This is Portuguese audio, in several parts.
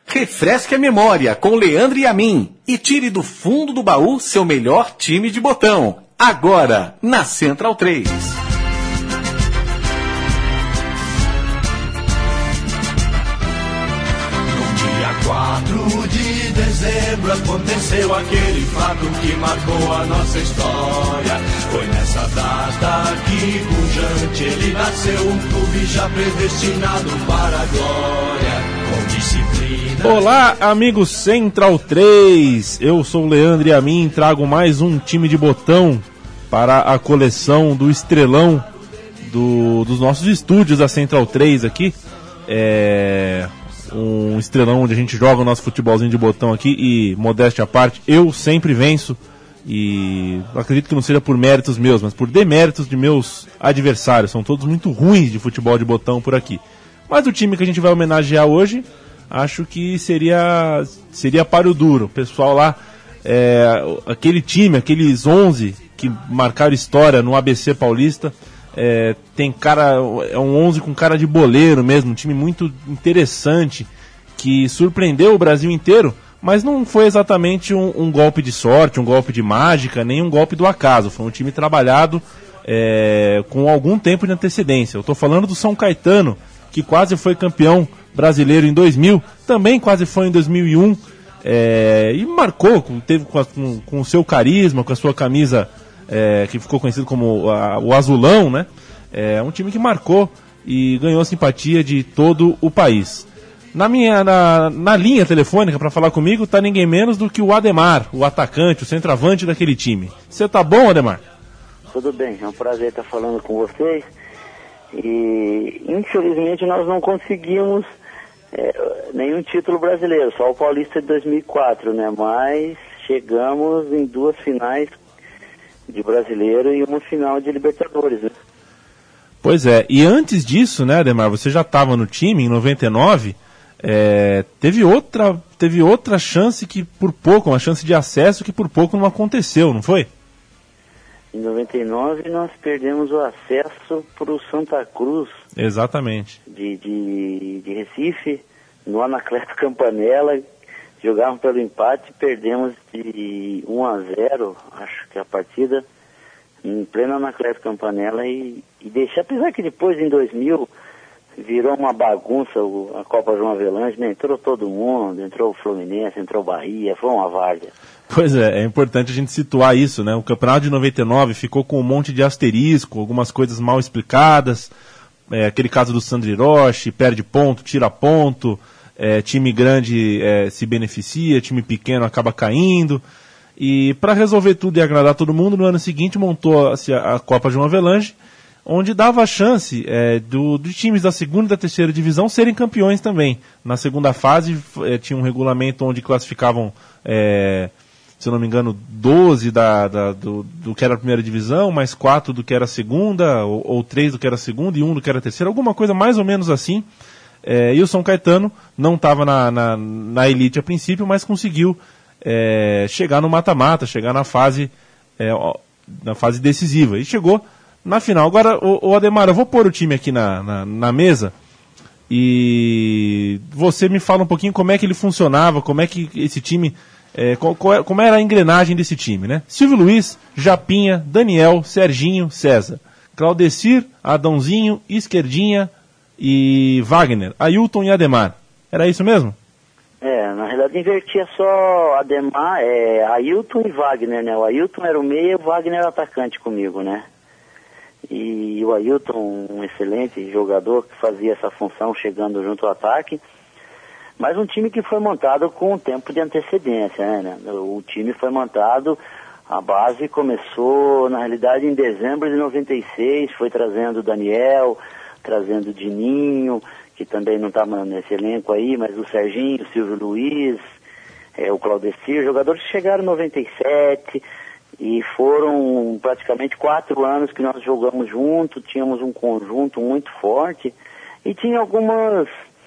Refresque a memória com Leandro e Amin e tire do fundo do baú seu melhor time de botão. Agora, na Central 3. No dia 4 de dezembro aconteceu aquele fato que marcou a nossa história. Foi nessa data que pujante ele nasceu, um clube já predestinado para a glória. Com disciplina. Olá, amigos Central 3. Eu sou o Leandro e Amin trago mais um time de botão para a coleção do Estrelão dos nossos estúdios da Central 3 aqui. Um estrelão onde a gente joga o nosso futebolzinho de botão aqui e, modéstia à parte, eu sempre venço. E acredito que não seja por méritos meus, mas por deméritos de meus adversários. São todos muito ruins de futebol de botão por aqui. Mas o time que a gente vai homenagear hoje, acho que seria páreo duro. O pessoal lá, aquele time, aqueles 11 que marcaram história no ABC Paulista, tem cara, é um 11 com cara de boleiro mesmo, um time muito interessante, que surpreendeu o Brasil inteiro, mas não foi exatamente um golpe de sorte, um golpe de mágica, nem um golpe do acaso. Foi um time trabalhado com algum tempo de antecedência. Eu estou falando do São Caetano, que quase foi campeão brasileiro em 2000, também quase foi em 2001, e marcou, teve com o seu carisma, com a sua camisa, que ficou conhecido como o azulão, né? Um time que marcou e ganhou a simpatia de todo o país. Na linha telefônica para falar comigo está ninguém menos do que o Ademar, o atacante, o centroavante daquele time. Você tá bom, Ademar? Tudo bem, é um prazer estar falando com vocês. E infelizmente nós não conseguimos nenhum título brasileiro, só o Paulista de 2004, né? Mas chegamos em 2 finais de brasileiro e uma final de Libertadores, né? Pois é, e antes disso, né, Ademar, você já estava no time em 99, teve outra chance que por pouco, uma chance de acesso que por pouco não aconteceu, não foi? Em 99 nós perdemos o acesso para o Santa Cruz. Exatamente. De Recife, no Anacleto Campanella. Jogávamos pelo empate e perdemos de 1-0, acho que a partida, em pleno Anacleto Campanella. E deixar, apesar que depois, em 2000, virou uma bagunça a Copa João Avelange, né? Entrou todo mundo, entrou o Fluminense, entrou o Bahia, foi uma várzea. Pois é importante a gente situar isso, né? O campeonato de 99 ficou com um monte de asterisco, algumas coisas mal explicadas, aquele caso do Sandro Hiroshi, perde ponto, tira ponto, time grande se beneficia, time pequeno acaba caindo, e para resolver tudo e agradar todo mundo, no ano seguinte montou-se a Copa João Avelange, onde dava a chance de times da segunda e da terceira divisão serem campeões também. Na segunda fase tinha um regulamento onde classificavam, se eu não me engano, 12 do que era a primeira divisão, mais 4 do que era a segunda, ou 3 do que era a segunda e 1 do que era a terceira, alguma coisa mais ou menos assim. E o São Caetano não estava na elite a princípio, mas conseguiu chegar no mata-mata, chegar na fase decisiva. E chegou na final. Agora, o Ademar, eu vou pôr o time aqui na mesa e você me fala um pouquinho como é que ele funcionava, como é que esse time, como era a engrenagem desse time, né? Silvio Luiz, Japinha, Daniel, Serginho, César, Claudecir, Adãozinho, Esquerdinha e Wagner, Ailton e Ademar. Era isso mesmo? Na realidade invertia só Ademar, Ailton e Wagner, né? O Ailton era o meia e o Wagner era o atacante comigo, né? E o Ailton, um excelente jogador que fazia essa função chegando junto ao ataque, mas um time que foi montado com um tempo de antecedência, né? O time foi montado, a base começou na realidade em dezembro de 96, foi trazendo o Daniel, trazendo o Dininho, que também não estava nesse elenco aí, mas o Serginho, o Silvio Luiz, o Claudecir, jogadores que chegaram em 97, e foram praticamente 4 anos que nós jogamos junto, tínhamos um conjunto muito forte, e tinha algumas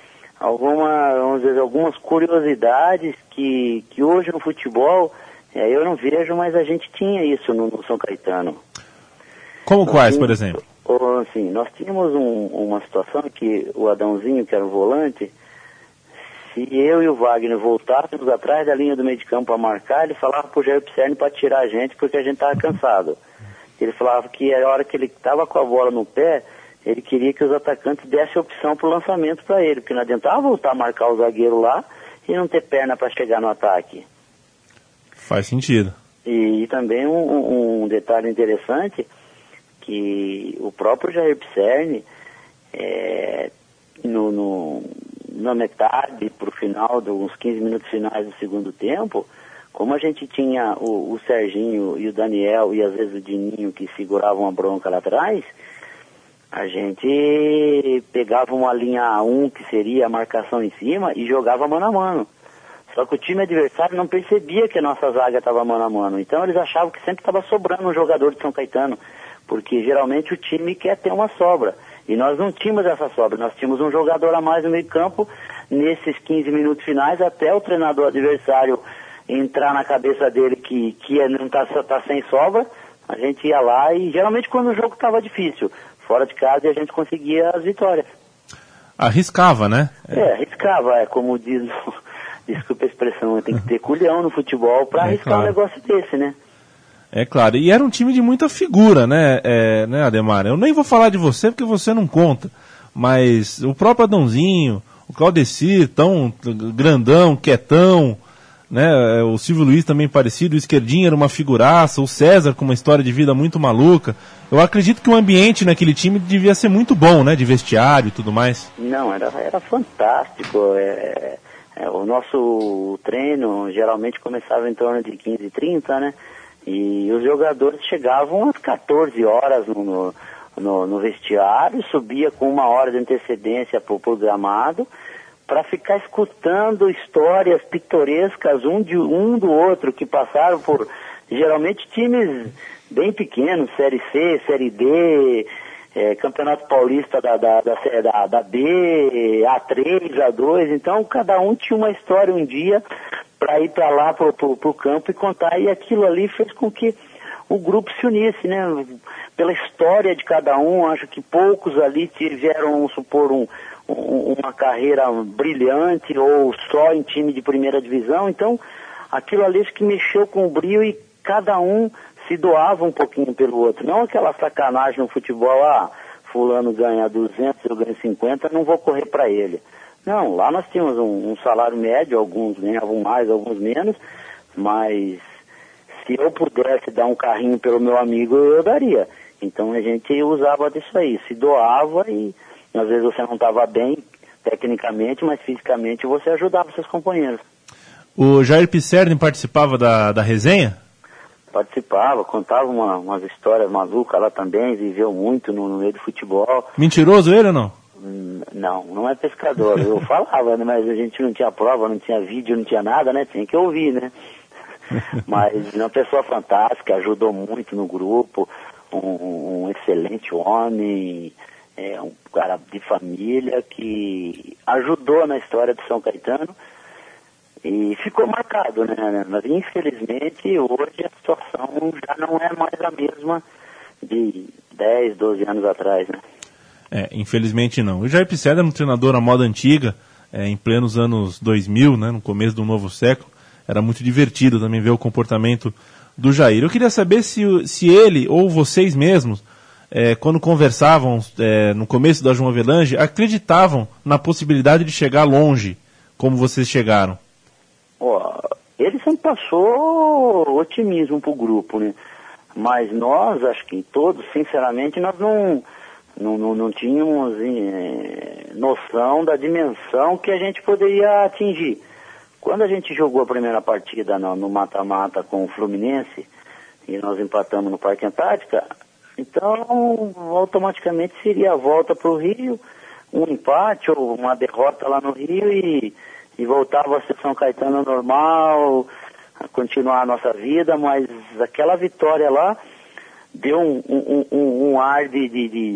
curiosidades que hoje no futebol eu não vejo, mas a gente tinha isso no São Caetano. Como quais, por exemplo? Assim, nós tínhamos uma situação que o Adãozinho, que era o volante, se eu e o Wagner voltássemos atrás da linha do meio de campo a marcar, ele falava pro Jair Pisserni para tirar a gente porque a gente estava cansado. Ele falava que a hora que ele estava com a bola no pé, ele queria que os atacantes dessem opção pro lançamento para ele, porque não adiantava voltar a marcar o zagueiro lá e não ter perna para chegar no ataque. Faz sentido. E também um detalhe interessante, que o próprio Jair Pisserni, na metade para o final, uns 15 minutos finais do segundo tempo, como a gente tinha o Serginho e o Daniel e às vezes o Dininho que seguravam a bronca lá atrás, a gente pegava uma linha 1 que seria a marcação em cima e jogava mano a mano. Só que o time adversário não percebia que a nossa zaga estava mano a mano. Então eles achavam que sempre estava sobrando um jogador de São Caetano, porque geralmente o time quer ter uma sobra. E nós não tínhamos essa sobra, nós tínhamos um jogador a mais no meio campo, nesses 15 minutos finais, até o treinador adversário entrar na cabeça dele que não tá sem sobra, a gente ia lá e geralmente quando o jogo estava difícil, fora de casa, a gente conseguia as vitórias. Arriscava, né? Arriscava, como diz, desculpa a expressão, tem que ter culhão no futebol para arriscar um negócio desse, né? É claro, e era um time de muita figura, né, Ademar? Eu nem vou falar de você porque você não conta, mas o próprio Adãozinho, o Claudecir, tão grandão, quietão, né, o Silvio Luiz também parecido, o Esquerdinho era uma figuraça, o César com uma história de vida muito maluca. Eu acredito que o ambiente naquele time devia ser muito bom, né, de vestiário e tudo mais. Não, era fantástico. O nosso treino geralmente começava em torno de 15h30, né? E os jogadores chegavam às 14 horas no vestiário, subia com 1 hora de antecedência para o gramado, para ficar escutando histórias pitorescas um do outro, que passaram por, geralmente, times bem pequenos, Série C, Série D, Campeonato Paulista da B, A3, A2, então cada um tinha uma história um dia para ir para lá pro campo e contar, e aquilo ali fez com que o grupo se unisse, né? Pela história de cada um, acho que poucos ali tiveram, vamos supor, uma carreira brilhante ou só em time de primeira divisão, então aquilo ali acho que mexeu com o brio e cada um se doava um pouquinho pelo outro, não aquela sacanagem no futebol, fulano ganha 200, eu ganho 50, não vou correr para ele. Não, lá nós tínhamos um salário médio, alguns ganhavam mais, alguns menos, mas se eu pudesse dar um carrinho pelo meu amigo, eu daria. Então a gente usava disso aí, se doava e às vezes você não estava bem tecnicamente, mas fisicamente você ajudava seus companheiros. O Jair Pisserni participava da resenha? Participava, contava umas histórias malucas lá também, viveu muito no meio do futebol. Mentiroso ele ou não? Não é pescador. Eu falava, né, mas a gente não tinha prova, não tinha vídeo, não tinha nada, né? Tinha que ouvir, né? Mas uma pessoa fantástica, ajudou muito no grupo, um excelente homem, um cara de família que ajudou na história de São Caetano e ficou marcado, né? Mas infelizmente hoje a situação já não é mais a mesma de 10, 12 anos atrás, né? Infelizmente não. O Jair Pisserni era um treinador à moda antiga, em plenos anos 2000, né, no começo do novo século. Era muito divertido também ver o comportamento do Jair. Eu queria saber se ele ou vocês mesmos, quando conversavam no começo da João Avelange, acreditavam na possibilidade de chegar longe, como vocês chegaram. Ele sempre passou otimismo para o grupo, né? Mas nós, acho que todos, sinceramente, nós não tínhamos noção da dimensão que a gente poderia atingir. Quando a gente jogou a primeira partida no mata-mata com o Fluminense e nós empatamos no Parque Antártica, então automaticamente seria a volta para o Rio, um empate ou uma derrota lá no Rio e voltava a ser São Caetano normal, a continuar a nossa vida, mas aquela vitória lá deu um ar de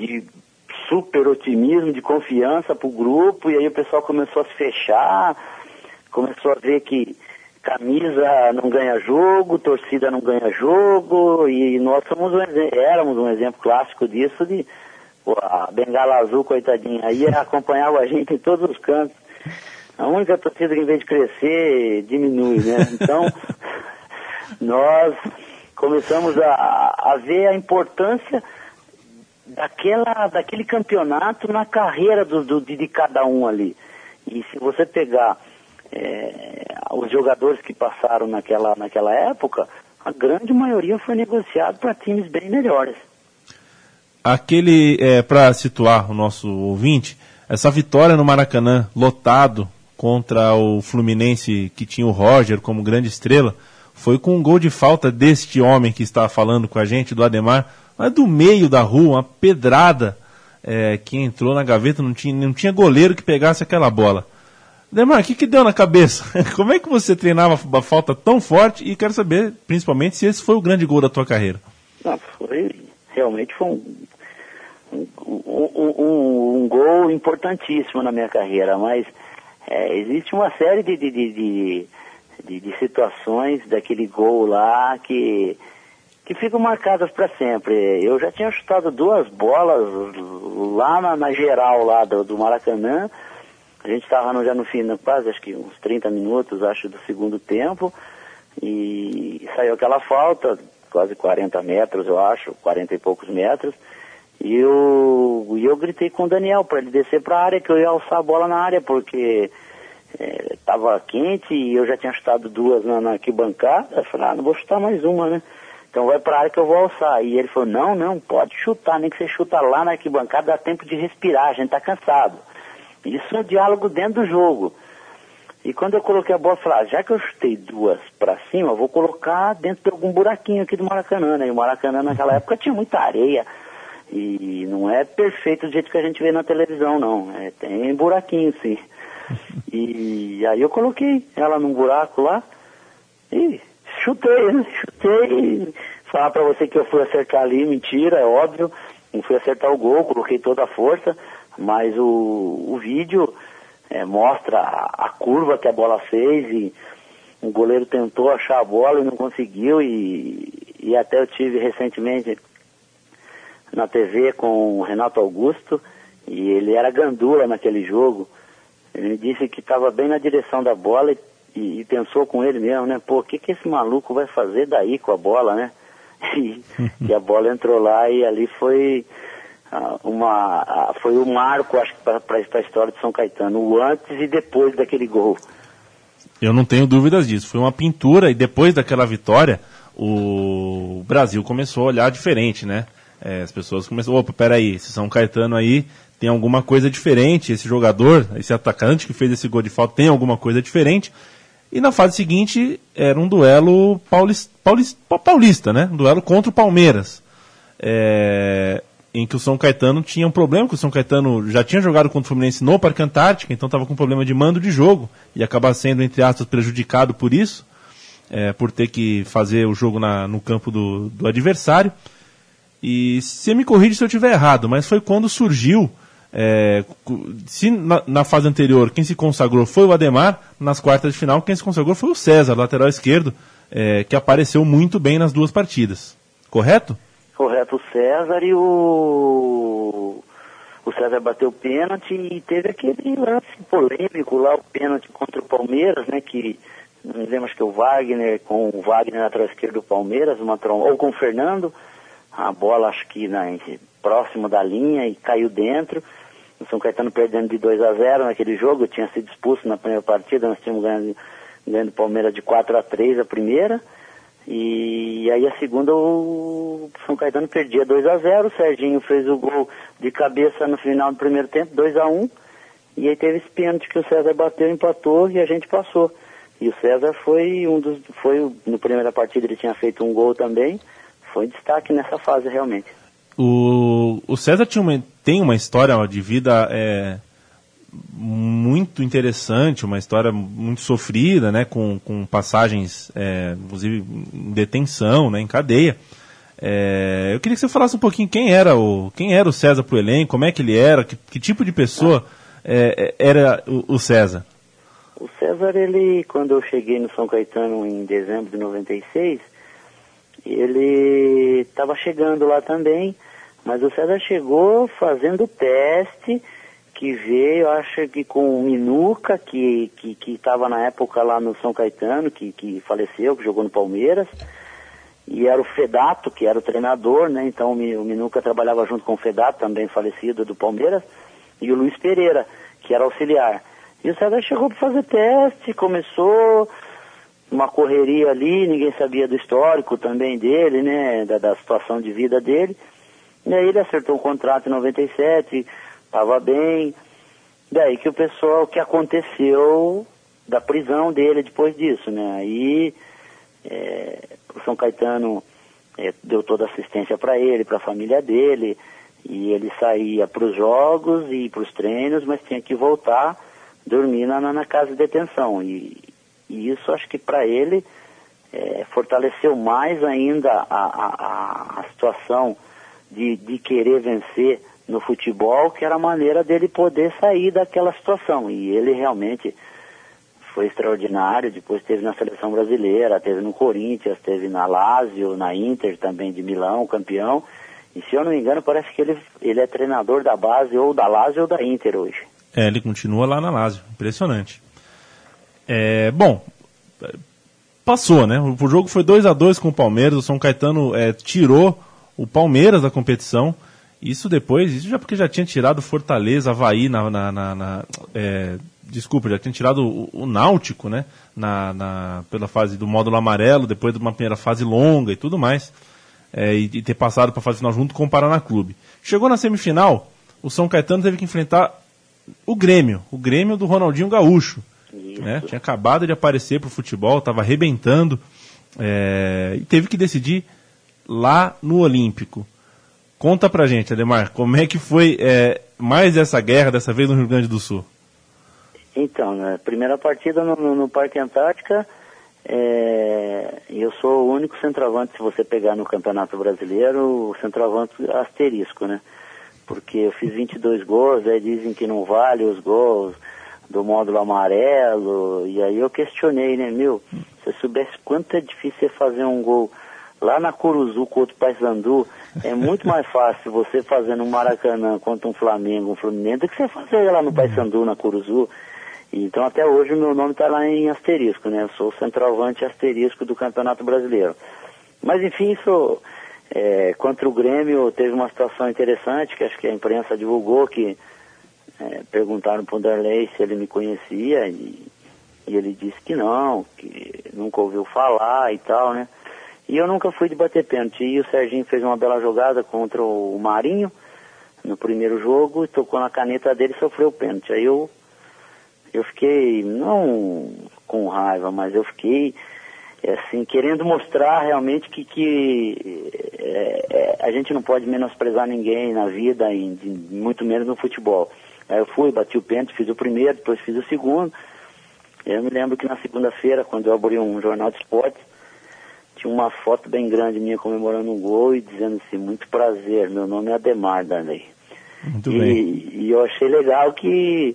super otimismo, de confiança para o grupo, e aí o pessoal começou a se fechar, começou a ver que camisa não ganha jogo, torcida não ganha jogo, e nós éramos um exemplo clássico disso, a Bengala Azul, coitadinha, aí acompanhava a gente em todos os cantos. A única torcida que, em vez de crescer, diminui, né? Então, nós começamos a ver a importância daquele campeonato na carreira de cada um ali. E se você pegar os jogadores que passaram naquela época, a grande maioria foi negociado para times bem melhores. Para situar o nosso ouvinte, essa vitória no Maracanã, lotado, contra o Fluminense, que tinha o Roger como grande estrela, foi com um gol de falta deste homem que está falando com a gente, do Ademar, mas do meio da rua, uma pedrada que entrou na gaveta, não tinha goleiro que pegasse aquela bola. Ademar, o que deu na cabeça? Como é que você treinava a falta tão forte? E quero saber, principalmente, se esse foi o grande gol da tua carreira. Não, realmente foi um gol importantíssimo na minha carreira, mas existe uma série de situações daquele gol lá que ficam marcadas para sempre. Eu já tinha chutado 2 bolas lá na geral lá do Maracanã. A gente estava já no fim, quase acho que uns 30 minutos, acho, do segundo tempo, e saiu aquela falta, quase 40 metros, eu acho, 40 e poucos metros, e eu gritei com o Daniel para ele descer para a área, que eu ia alçar a bola na área, porque estava quente e eu já tinha chutado 2 na arquibancada. Eu falei, não vou chutar mais uma, né? Então vai para a área que eu vou alçar. E ele falou, não, pode chutar, nem que você chuta lá na arquibancada, dá tempo de respirar, a gente está cansado. Isso é um diálogo dentro do jogo. E quando eu coloquei a bola, eu falei, já que eu chutei 2 para cima, eu vou colocar dentro de algum buraquinho aqui do Maracanã, né? E o Maracanã naquela época tinha muita areia. E não é perfeito do jeito que a gente vê na televisão, não. Tem buraquinho, sim. E aí eu coloquei ela num buraco lá e chutei. Falar pra você que eu fui acertar ali, mentira, é óbvio. Não fui acertar o gol, coloquei toda a força, mas o vídeo mostra a curva que a bola fez e o goleiro tentou achar a bola e não conseguiu, e até eu tive recentemente na TV com o Renato Augusto, e ele era gandula naquele jogo. Ele me disse que estava bem na direção da bola e pensou com ele mesmo, né? Pô, o que esse maluco vai fazer daí com a bola, né? E a bola entrou lá e ali foi foi um marco, acho que para a história de São Caetano, o antes e depois daquele gol. Eu não tenho dúvidas disso. Foi uma pintura, e depois daquela vitória, o Brasil começou a olhar diferente, né? As pessoas começaram, peraí, esse São Caetano aí tem alguma coisa diferente, esse jogador, esse atacante que fez esse gol de falta tem alguma coisa diferente. E na fase seguinte era um duelo paulista, né? Um duelo contra o Palmeiras, em que o São Caetano tinha um problema, que o São Caetano já tinha jogado contra o Fluminense no Parque Antártica, então estava com problema de mando de jogo, e acaba sendo, entre aspas, prejudicado por isso, por ter que fazer o jogo no campo do adversário. E você me corrige se eu estiver errado, mas foi quando surgiu, se na fase anterior quem se consagrou foi o Ademar, nas quartas de final quem se consagrou foi o César, lateral esquerdo, que apareceu muito bem nas 2 partidas. Correto? Correto, o César, e o César bateu o pênalti e teve aquele lance polêmico lá, o pênalti contra o Palmeiras, né, que não me lembro, acho que o Wagner, com o Wagner lateral esquerdo do Palmeiras, ou com o Fernando, a bola acho que próximo da linha e caiu dentro. O São Caetano perdendo de 2-0 naquele jogo, tinha sido expulso na primeira partida, nós tínhamos ganhando o Palmeiras de 4-3 a primeira, e aí a segunda o São Caetano perdia 2-0, o Serginho fez o gol de cabeça no final do primeiro tempo, 2-1, e aí teve esse pênalti que o César bateu, empatou e a gente passou. E o César foi no primeira partida ele tinha feito um gol também, foi destaque nessa fase realmente. O César tem uma história de vida muito interessante, uma história muito sofrida, né, com passagens, inclusive em detenção, né, em cadeia. Eu queria que você falasse um pouquinho quem era o César pro elenco, como é que ele era, que tipo de pessoa era o César. O César, ele, quando eu cheguei no São Caetano em dezembro de 96, ele estava chegando lá também, mas o César chegou fazendo teste, que veio, acho que com o Minuca, que estava na época lá no São Caetano, que faleceu, que jogou no Palmeiras, e era o Fedato, que era o treinador, né? Então o Minuca trabalhava junto com o Fedato, também falecido do Palmeiras, e o Luiz Pereira, que era auxiliar. E o César chegou para fazer teste, começou uma correria ali, ninguém sabia do histórico também dele, né? Da situação de vida dele. E aí ele acertou o contrato em 97, estava bem. Daí que o que aconteceu da prisão dele depois disso, né? Aí o São Caetano deu toda a assistência para ele, para a família dele, e ele saía para os jogos e para os treinos, mas tinha que voltar, dormir na casa de detenção. E isso acho que para ele fortaleceu mais ainda a situação de querer vencer no futebol, que era a maneira dele poder sair daquela situação. E ele realmente foi extraordinário. Depois teve na seleção brasileira, teve no Corinthians, teve na Lazio, na Inter também de Milão, campeão. E se eu não me engano, parece que ele é treinador da base ou da Lazio ou da Inter hoje. Ele continua lá na Lazio, impressionante. Bom, passou, né? O jogo foi 2-2 com o Palmeiras, o São Caetano tirou o Palmeiras da competição. Isso já porque já tinha tirado Fortaleza, Avaí já tinha tirado o Náutico, né? Pela fase do módulo amarelo, depois de uma primeira fase longa e tudo mais. E ter passado para a fase final junto com o Paraná Clube. Chegou na semifinal, o São Caetano teve que enfrentar o Grêmio do Ronaldinho Gaúcho. Né? Tinha acabado de aparecer para o futebol, estava arrebentando, e teve que decidir lá no Olímpico. Conta pra gente, Ademar, como é que foi mais essa guerra, dessa vez no Rio Grande do Sul? Então, na primeira partida no Parque Antártica, eu sou o único centroavante, se você pegar no Campeonato Brasileiro, o centroavante asterisco, né? Porque eu fiz 22 gols, aí dizem que não vale os gols do módulo amarelo, e aí eu questionei, né, se eu soubesse quanto é difícil você fazer um gol lá na Curuzu contra o Paysandu, é muito mais fácil você fazer no Maracanã contra um Flamengo, um Fluminense, do que você fazer lá no Paysandu, na Curuzu. Então até hoje o meu nome está lá em asterisco, né? Eu sou o centroavante asterisco do Campeonato Brasileiro. Mas enfim, contra o Grêmio teve uma situação interessante, que acho que a imprensa divulgou, que perguntaram para o Darley se ele me conhecia, e ele disse que não, que nunca ouviu falar e tal, né? E eu nunca fui de bater pênalti. E o Serginho fez uma bela jogada contra o Marinho no primeiro jogo, e tocou na caneta dele e sofreu o pênalti. Aí eu fiquei, não com raiva, mas eu fiquei assim, querendo mostrar realmente que a gente não pode menosprezar ninguém na vida, e muito menos no futebol. Aí eu fui, bati o pênalti, fiz o primeiro, depois fiz o segundo. Eu me lembro que na segunda-feira, quando eu abri um jornal de esportes, tinha uma foto bem grande minha comemorando um gol e dizendo assim: muito prazer, meu nome é Ademar Darley. Muito bem. E eu achei legal que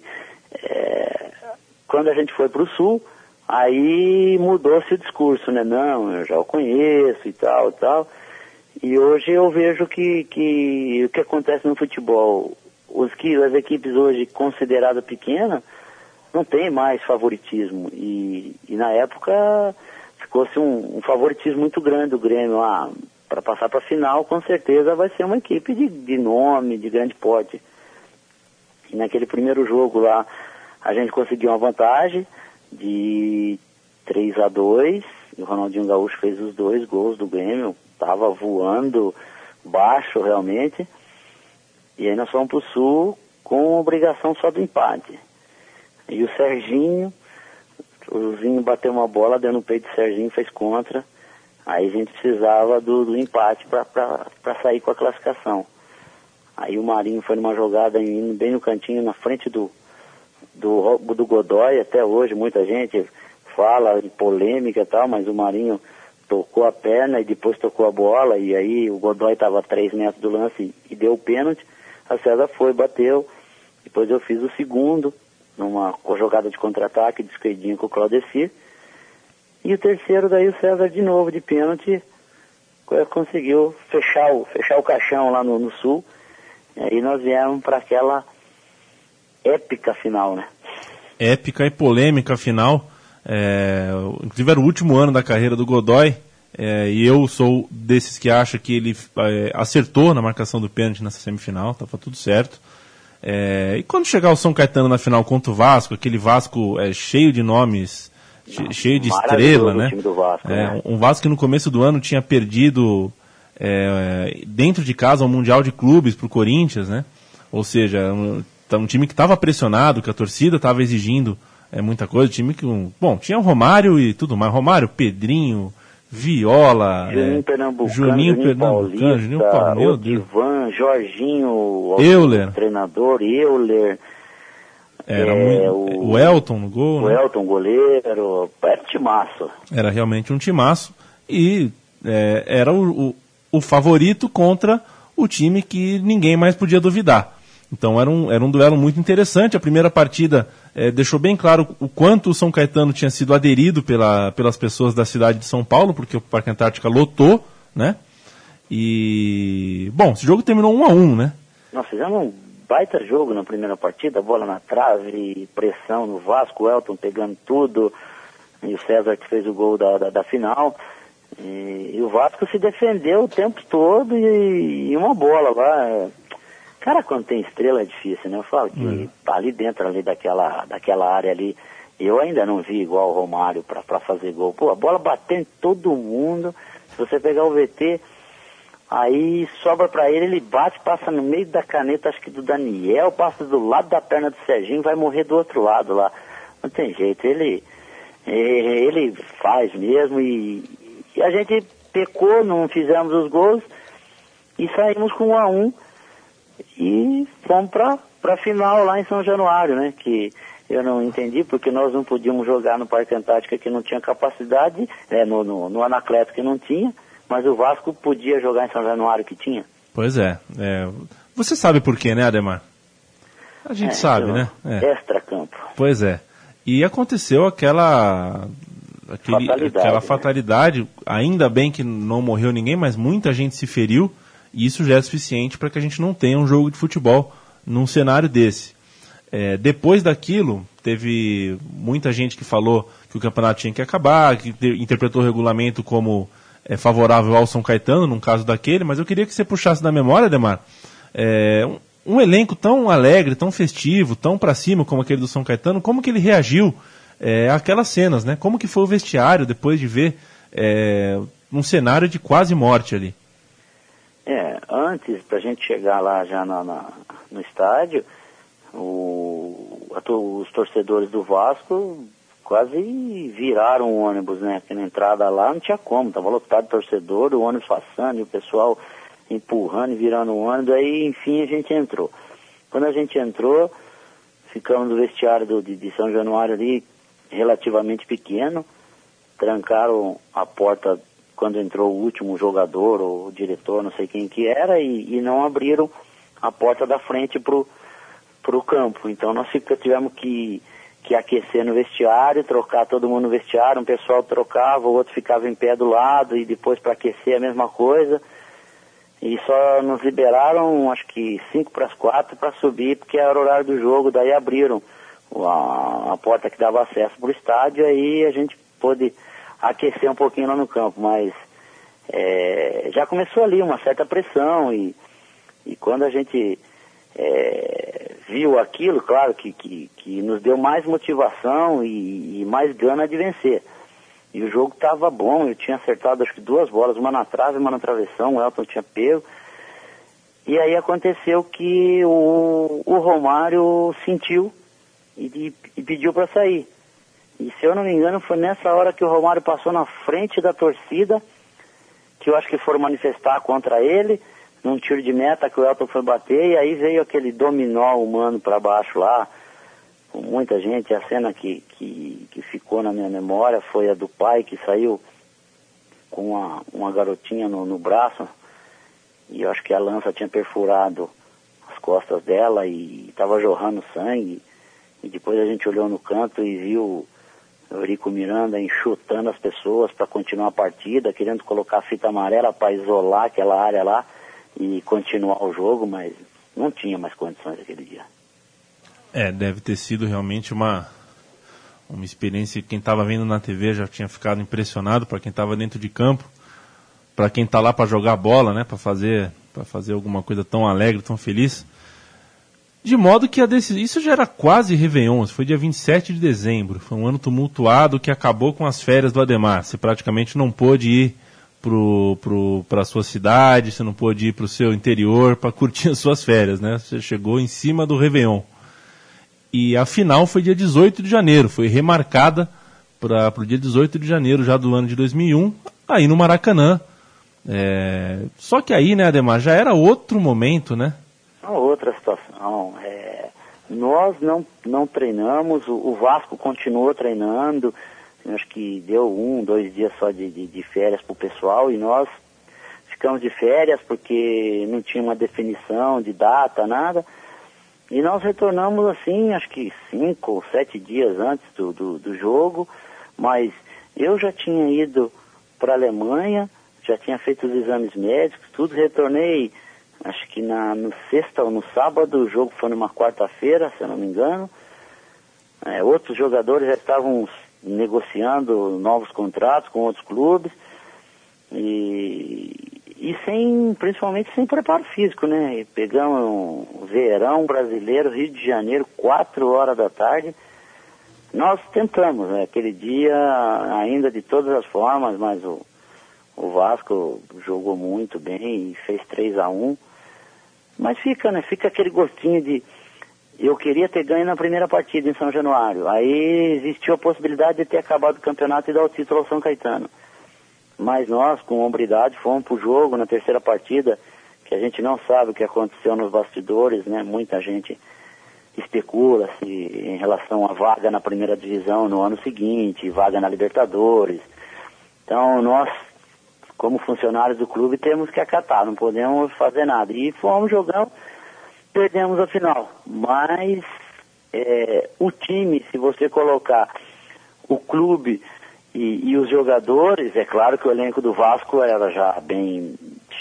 quando a gente foi para o Sul, aí mudou-se o discurso, né? Não, eu já o conheço e tal. E hoje eu vejo que o que acontece no futebol, as equipes hoje consideradas pequenas, não tem mais favoritismo. E na época ficou-se um favoritismo muito grande do Grêmio. Para passar para a final, com certeza vai ser uma equipe de nome, de grande porte. E naquele primeiro jogo lá, a gente conseguiu uma vantagem de 3-2, e o Ronaldinho Gaúcho fez os 2 gols do Grêmio, estava voando baixo realmente, e aí nós fomos para o Sul com obrigação só do empate. E o Serginho, o Zinho bateu uma bola, deu no peito do Serginho, fez contra, aí a gente precisava do empate para sair com a classificação. Aí o Marinho foi numa jogada indo bem no cantinho, na frente do Godoy. Até hoje muita gente fala em polêmica e tal, mas o Marinho tocou a perna e depois tocou a bola, e aí o Godoy estava a 3 metros do lance e deu o pênalti. A César foi, bateu, depois eu fiz o segundo, numa jogada de contra-ataque, descuidinho com o Claudecir, e o terceiro daí o César de novo de pênalti conseguiu fechar o caixão lá no Sul. E aí nós viemos para épica final, né? Épica e polêmica final. Inclusive era o último ano da carreira do Godoy, e eu sou desses que acha que ele acertou na marcação do pênalti nessa semifinal, estava tudo certo. E quando chegar o São Caetano na final contra o Vasco, aquele Vasco cheio de nomes, cheio de estrela, né? Time do Vasco, né? Um Vasco que no começo do ano tinha perdido dentro de casa o Mundial de Clubes para o Corinthians, né? Ou seja, um time que estava pressionado, que a torcida estava exigindo muita coisa, time que tinha o Romário e tudo mais, Romário, Pedrinho, Viola, Juninho Pernambucano, Odivan, Jorginho, Euler, treinador, Euler, o Elton no gol, o Elton goleiro, era um timaço. Era realmente um timaço e era o favorito contra o time que ninguém mais podia duvidar. Então era um duelo muito interessante. A primeira partida deixou bem claro o quanto o São Caetano tinha sido aderido pelas pessoas da cidade de São Paulo, porque o Parque Antártica lotou, né? E, esse jogo terminou 1-1, né? Nós fizemos um baita jogo na primeira partida, bola na trave, pressão no Vasco, o Elton pegando tudo, e o César que fez o gol da final. E o Vasco se defendeu o tempo todo e uma bola lá. Cara, quando tem estrela é difícil, né? Eu falo que ali dentro daquela área ali, eu ainda não vi igual o Romário para fazer gol. Pô, a bola batendo em todo mundo. Se você pegar o VT, aí sobra para ele bate, passa no meio da caneta, acho que do Daniel, passa do lado da perna do Serginho, vai morrer do outro lado lá. Não tem jeito, ele faz mesmo e a gente pecou, não fizemos os gols e saímos com 1-1. E fomos para a final lá em São Januário, né? Que eu não entendi, porque nós não podíamos jogar no Parque Antártica que não tinha capacidade, no Anacleto que não tinha, mas o Vasco podia jogar em São Januário que tinha. Pois é. Você sabe por quê, né, Ademar? A gente sabe, né? Extra-campo. Pois é. E aconteceu aquela fatalidade. Ainda bem que não morreu ninguém, mas muita gente se feriu. E isso já é suficiente para que a gente não tenha um jogo de futebol num cenário desse. Depois daquilo, teve muita gente que falou que o campeonato tinha que acabar, que interpretou o regulamento como favorável ao São Caetano, num caso daquele, mas eu queria que você puxasse da memória, Ademar, um elenco tão alegre, tão festivo, tão para cima como aquele do São Caetano, como que ele reagiu àquelas cenas, né? Como que foi o vestiário depois de ver um cenário de quase morte ali? Antes, pra gente chegar lá já no estádio, os torcedores do Vasco quase viraram o ônibus, né? Porque na entrada lá não tinha como, tava lotado de torcedor, o ônibus passando, e o pessoal empurrando e virando o ônibus, aí enfim a gente entrou. Quando a gente entrou, ficamos no vestiário de São Januário ali, relativamente pequeno, trancaram a porta quando entrou o último jogador, ou o diretor, não sei quem que era, e não abriram a porta da frente pro campo. Então nós tivemos que aquecer no vestiário, trocar todo mundo no vestiário, um pessoal trocava, o outro ficava em pé do lado, e depois para aquecer a mesma coisa. E só nos liberaram, acho que 3:55 para subir, porque era o horário do jogo, daí abriram a porta que dava acesso para o estádio, aí a gente pôde aquecer um pouquinho lá no campo, mas já começou ali uma certa pressão e quando a gente viu aquilo, claro que nos deu mais motivação e mais gana de vencer. E o jogo estava bom, eu tinha acertado acho que 2 bolas, uma na trave, uma na travessão, o Elton tinha pego. E aí aconteceu que o Romário sentiu e pediu para sair. E se eu não me engano, foi nessa hora que o Romário passou na frente da torcida, que eu acho que foram manifestar contra ele, num tiro de meta que o Elton foi bater, e aí veio aquele dominó humano para baixo lá, com muita gente. A cena que ficou na minha memória foi a do pai que saiu com uma garotinha no braço, e eu acho que a lança tinha perfurado as costas dela e estava jorrando sangue, e depois a gente olhou no canto e viu Eurico Miranda enxutando as pessoas para continuar a partida, querendo colocar fita amarela para isolar aquela área lá e continuar o jogo, mas não tinha mais condições aquele dia. Deve ter sido realmente uma experiência que quem estava vendo na TV já tinha ficado impressionado, para quem estava dentro de campo, para quem está lá para jogar bola, né, para fazer alguma coisa tão alegre, tão feliz. De modo que isso já era quase Réveillon, foi dia 27 de dezembro, foi um ano tumultuado que acabou com as férias do Ademar. Você praticamente não pôde ir para a sua cidade, você não pôde ir para o seu interior para curtir as suas férias, né? Você chegou em cima do Réveillon. E a final foi dia 18 de janeiro, foi remarcada para o dia 18 de janeiro já do ano de 2001, aí no Maracanã. Só que aí, né, Ademar, já era outro momento, né? Outra situação. Nós não treinamos, o Vasco continuou treinando, acho que deu 1-2 dias só de férias para o pessoal, e nós ficamos de férias porque não tinha uma definição de data, nada. E nós retornamos assim, acho que 5 ou 7 dias antes do jogo, mas eu já tinha ido para a Alemanha, já tinha feito os exames médicos, tudo, retornei, acho que no sexta ou no sábado, o jogo foi numa quarta-feira, se eu não me engano. Outros jogadores já estavam negociando novos contratos com outros clubes, principalmente sem preparo físico, né? E pegamos um verão brasileiro, Rio de Janeiro, 4 horas da tarde. Nós tentamos, né? Aquele dia ainda de todas as formas, mas o Vasco jogou muito bem e fez 3-1. Mas fica aquele gostinho de... Eu queria ter ganho na primeira partida em São Januário. Aí existiu a possibilidade de ter acabado o campeonato e dar o título ao São Caetano. Mas nós, com hombridade, fomos pro jogo na terceira partida, que a gente não sabe o que aconteceu nos bastidores, né? Muita gente especula-se em relação à vaga na primeira divisão no ano seguinte, vaga na Libertadores. Então nós, como funcionários do clube, temos que acatar, não podemos fazer nada. E fomos jogando, perdemos a final. Mas o time, se você colocar o clube e os jogadores, é claro que o elenco do Vasco era já bem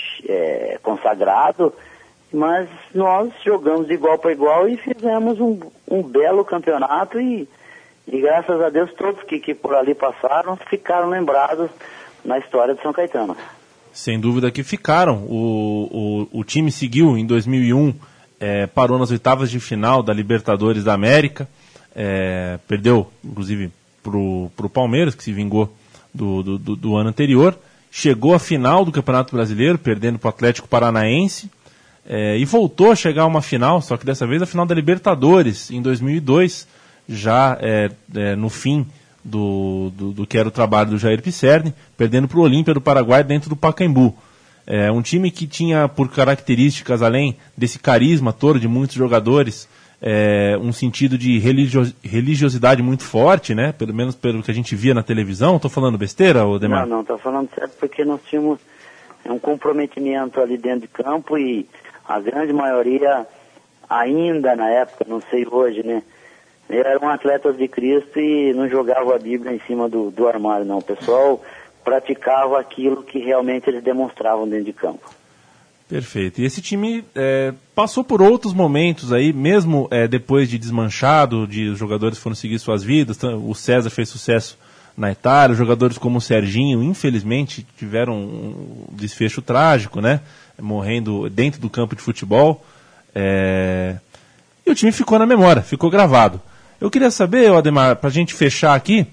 consagrado, mas nós jogamos de igual para igual e fizemos um belo campeonato e graças a Deus todos que por ali passaram ficaram lembrados na história de São Caetano. Sem dúvida que ficaram. O time seguiu em 2001, parou nas oitavas de final da Libertadores da América, perdeu inclusive pro Palmeiras, que se vingou do ano anterior, chegou à final do Campeonato Brasileiro, perdendo para o Atlético Paranaense, e voltou a chegar a uma final, só que dessa vez a final da Libertadores, em 2002, já no fim do que era o trabalho do Jair Pisserni, perdendo para o Olímpia do Paraguai dentro do Pacaembu. Um time que tinha por características, além desse carisma todo de muitos jogadores, um sentido de religiosidade muito forte, né? Pelo menos pelo que a gente via na televisão. Estou falando besteira, Odemar? Não, estou falando certo, porque nós tínhamos um comprometimento ali dentro de campo e a grande maioria, ainda na época, não sei hoje, né? Eram atletas de Cristo e não jogavam a Bíblia em cima do armário, não. O pessoal praticava aquilo que realmente eles demonstravam dentro de campo. Perfeito. E esse time passou por outros momentos aí, mesmo depois de desmanchado, os jogadores foram seguir suas vidas, o César fez sucesso na Itália, jogadores como o Serginho, infelizmente, tiveram um desfecho trágico, né? Morrendo dentro do campo de futebol. E o time ficou na memória, ficou gravado. Eu queria saber, Ademar, para a gente fechar aqui,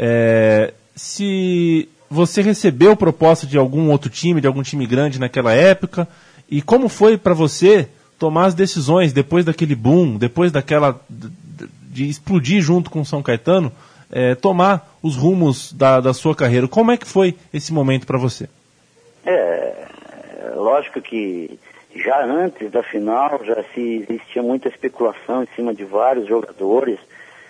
se você recebeu proposta de algum outro time, de algum time grande naquela época, e como foi para você tomar as decisões depois daquele boom, depois de explodir junto com o São Caetano, tomar os rumos da sua carreira. Como é que foi esse momento para você? Lógico que já antes da final já existia muita especulação em cima de vários jogadores,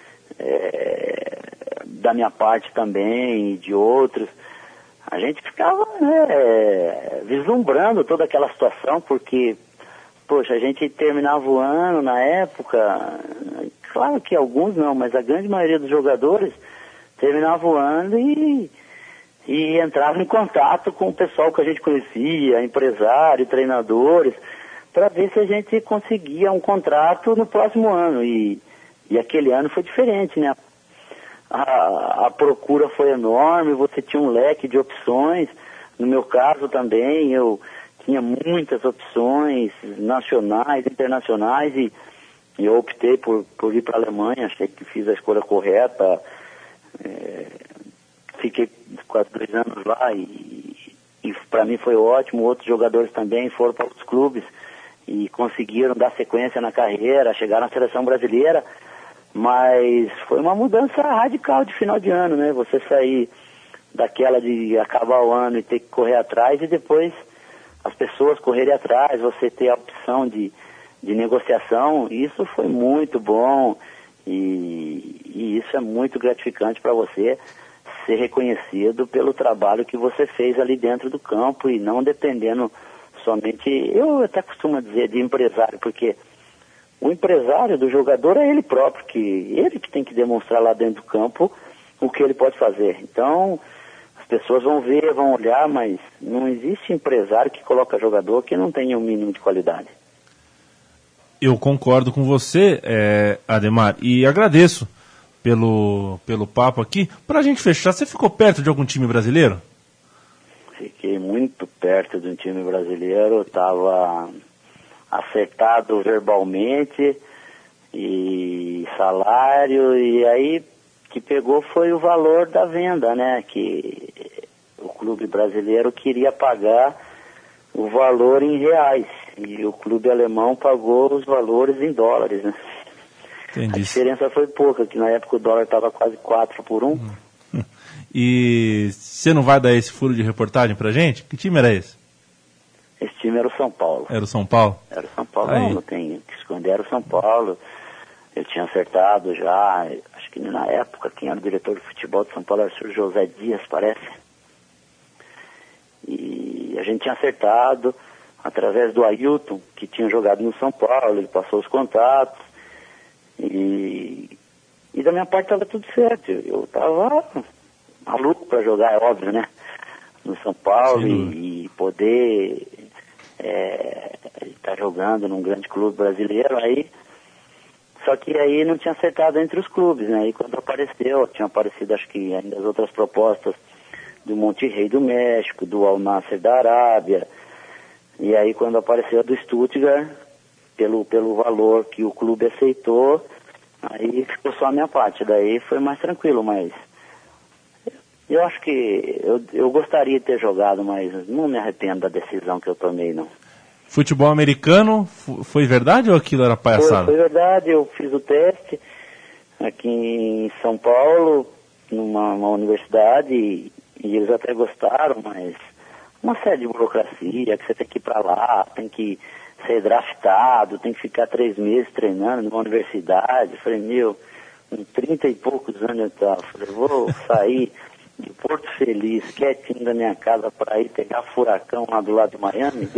da minha parte também e de outros. A gente ficava vislumbrando toda aquela situação, porque, poxa, a gente terminava o ano na época, claro que alguns não, mas a grande maioria dos jogadores terminava o ano e entrava em contato com o pessoal que a gente conhecia, empresário, treinadores, para ver se a gente conseguia um contrato no próximo ano. E E aquele ano foi diferente, né? A procura foi enorme, você tinha um leque de opções. No meu caso também, eu tinha muitas opções nacionais, internacionais, e eu optei por ir para a Alemanha, achei que fiz a escolha correta. Fiquei quase 2 anos lá e para mim foi ótimo. Outros jogadores também foram para os clubes e conseguiram dar sequência na carreira, chegaram à seleção brasileira, mas foi uma mudança radical de final de ano, né? Você sair daquela de acabar o ano e ter que correr atrás, e depois as pessoas correrem atrás, você ter a opção de negociação. Isso foi muito bom, e isso é muito gratificante para você, ser reconhecido pelo trabalho que você fez ali dentro do campo, e não dependendo somente, eu até costumo dizer, de empresário, porque o empresário do jogador é ele próprio, ele que tem que demonstrar lá dentro do campo o que ele pode fazer. Então, as pessoas vão ver, vão olhar, mas não existe empresário que coloca jogador que não tenha um mínimo de qualidade. Eu concordo com você, Ademar, e agradeço pelo papo aqui. Pra gente fechar, você ficou perto de algum time brasileiro? Fiquei muito perto de um time brasileiro, estava acertado verbalmente e salário, e aí que pegou foi o valor da venda, né? Que o clube brasileiro queria pagar o valor em reais, e o clube alemão pagou os valores em dólares, né? Entendi. A diferença foi pouca, que na época o dólar estava quase 4 por 1. E você não vai dar esse furo de reportagem pra gente? Que time era esse? Esse time era o São Paulo. Era o São Paulo? Era o São Paulo, não tem que esconder, era o São Paulo. Eu tinha acertado já, acho que na época quem era o diretor de futebol de São Paulo era o senhor José Dias, parece. E a gente tinha acertado através do Ailton, que tinha jogado no São Paulo, ele passou os contatos. E da minha parte estava tudo certo. Eu estava maluco para jogar, é óbvio, né? No São Paulo, e poder estar jogando num grande clube brasileiro. Só que aí não tinha acertado entre os clubes, né? E quando apareceu, tinha aparecido acho que ainda as outras propostas do Monterrey do México, do Al Nassr da Arábia. E aí quando apareceu a do Stuttgart, pelo valor que o clube aceitou, aí ficou só a minha parte. Daí foi mais tranquilo, mas eu acho que eu gostaria de ter jogado, mas não me arrependo da decisão que eu tomei, não. Futebol americano, foi verdade ou aquilo era palhaçada? Foi verdade, eu fiz o teste aqui em São Paulo, numa universidade, e eles até gostaram, mas uma série de burocracia, que você tem que ir pra lá, tem que ser draftado, tem que ficar 3 meses treinando numa universidade. Eu falei, com 30 e poucos anos eu tava, falei, vou sair de Porto Feliz, quietinho da minha casa, para ir pegar furacão lá do lado de Miami.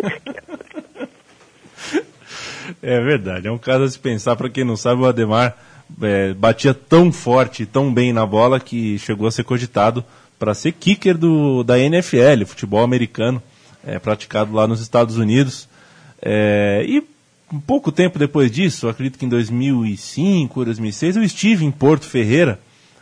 É verdade, é um caso a se pensar. Para quem não sabe, o Ademar batia tão forte, tão bem na bola, que chegou a ser cogitado para ser kicker da NFL, futebol americano, praticado lá nos Estados Unidos. E um pouco tempo depois disso, acredito que em 2005 ou 2006, eu estive em Porto Ferreira,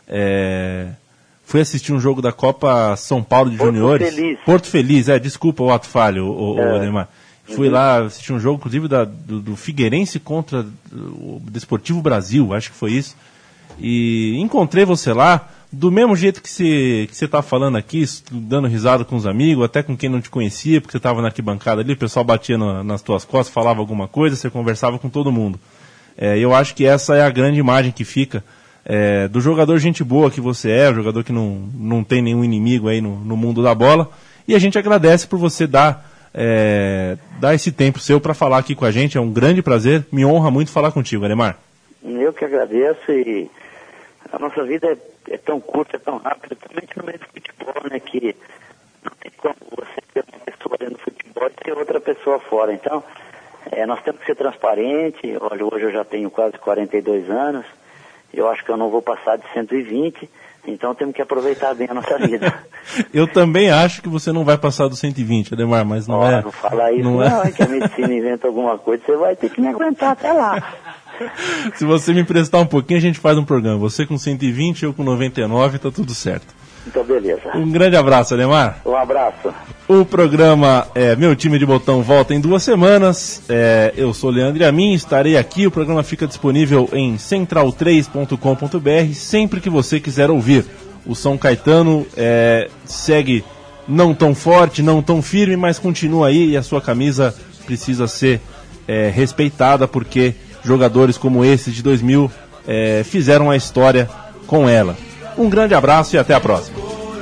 fui assistir um jogo da Copa São Paulo de Juniores. Feliz. Porto Feliz, desculpa o ato falho, o Ademar. Fui lá assistir um jogo, inclusive, do Figueirense contra o Desportivo Brasil, acho que foi isso. E encontrei você lá, do mesmo jeito que você está falando aqui, dando risada com os amigos, até com quem não te conhecia, porque você estava na arquibancada ali, o pessoal batia nas tuas costas, falava alguma coisa, você conversava com todo mundo. Eu acho que essa é a grande imagem que fica do jogador gente boa que você é, o jogador que não tem nenhum inimigo aí no mundo da bola. E a gente agradece por você dar esse tempo seu para falar aqui com a gente. É um grande prazer, me honra muito falar contigo, Ademar. Eu que agradeço, e a nossa vida é tão curta, é tão rápida, principalmente no meio do futebol, né, que não tem como você ter uma pessoa dentro do futebol e ter outra pessoa fora. Então, nós temos que ser transparentes. Olha, hoje eu já tenho quase 42 anos, eu acho que eu não vou passar de 120, então temos que aproveitar bem a nossa vida. Eu também acho que você não vai passar dos 120, Ademar, mas não Não fala isso, não, que a medicina inventa alguma coisa, você vai ter que me aguentar até lá. Se você me emprestar um pouquinho, a gente faz um programa. Você com 120, eu com 99, tá tudo certo. Então, beleza. Um grande abraço, Ademar. Um abraço. O programa Meu Time de Botão volta em 2 semanas. Eu sou Leandro Amin, estarei aqui. O programa fica disponível em central3.com.br sempre que você quiser ouvir. O São Caetano segue não tão forte, não tão firme, mas continua aí e a sua camisa precisa ser respeitada, porque jogadores como esse de 2000 fizeram a história com ela. Um grande abraço e até a próxima.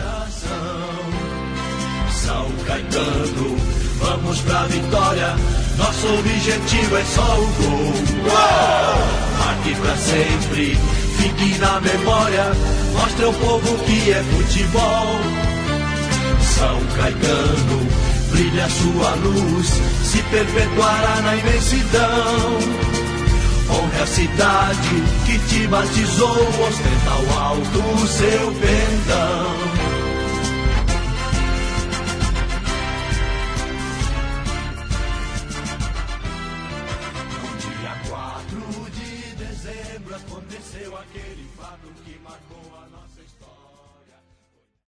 São Caetano, vamos pra vitória. Nosso objetivo é só o gol. Aqui pra sempre, fique na memória. Mostre ao povo que é futebol. São Caetano, brilha sua luz, se perpetuará na imensidão. Honre a cidade que te batizou, ostenta ao alto o seu pendão. No dia 4 de dezembro aconteceu aquele fato que marcou a nossa história.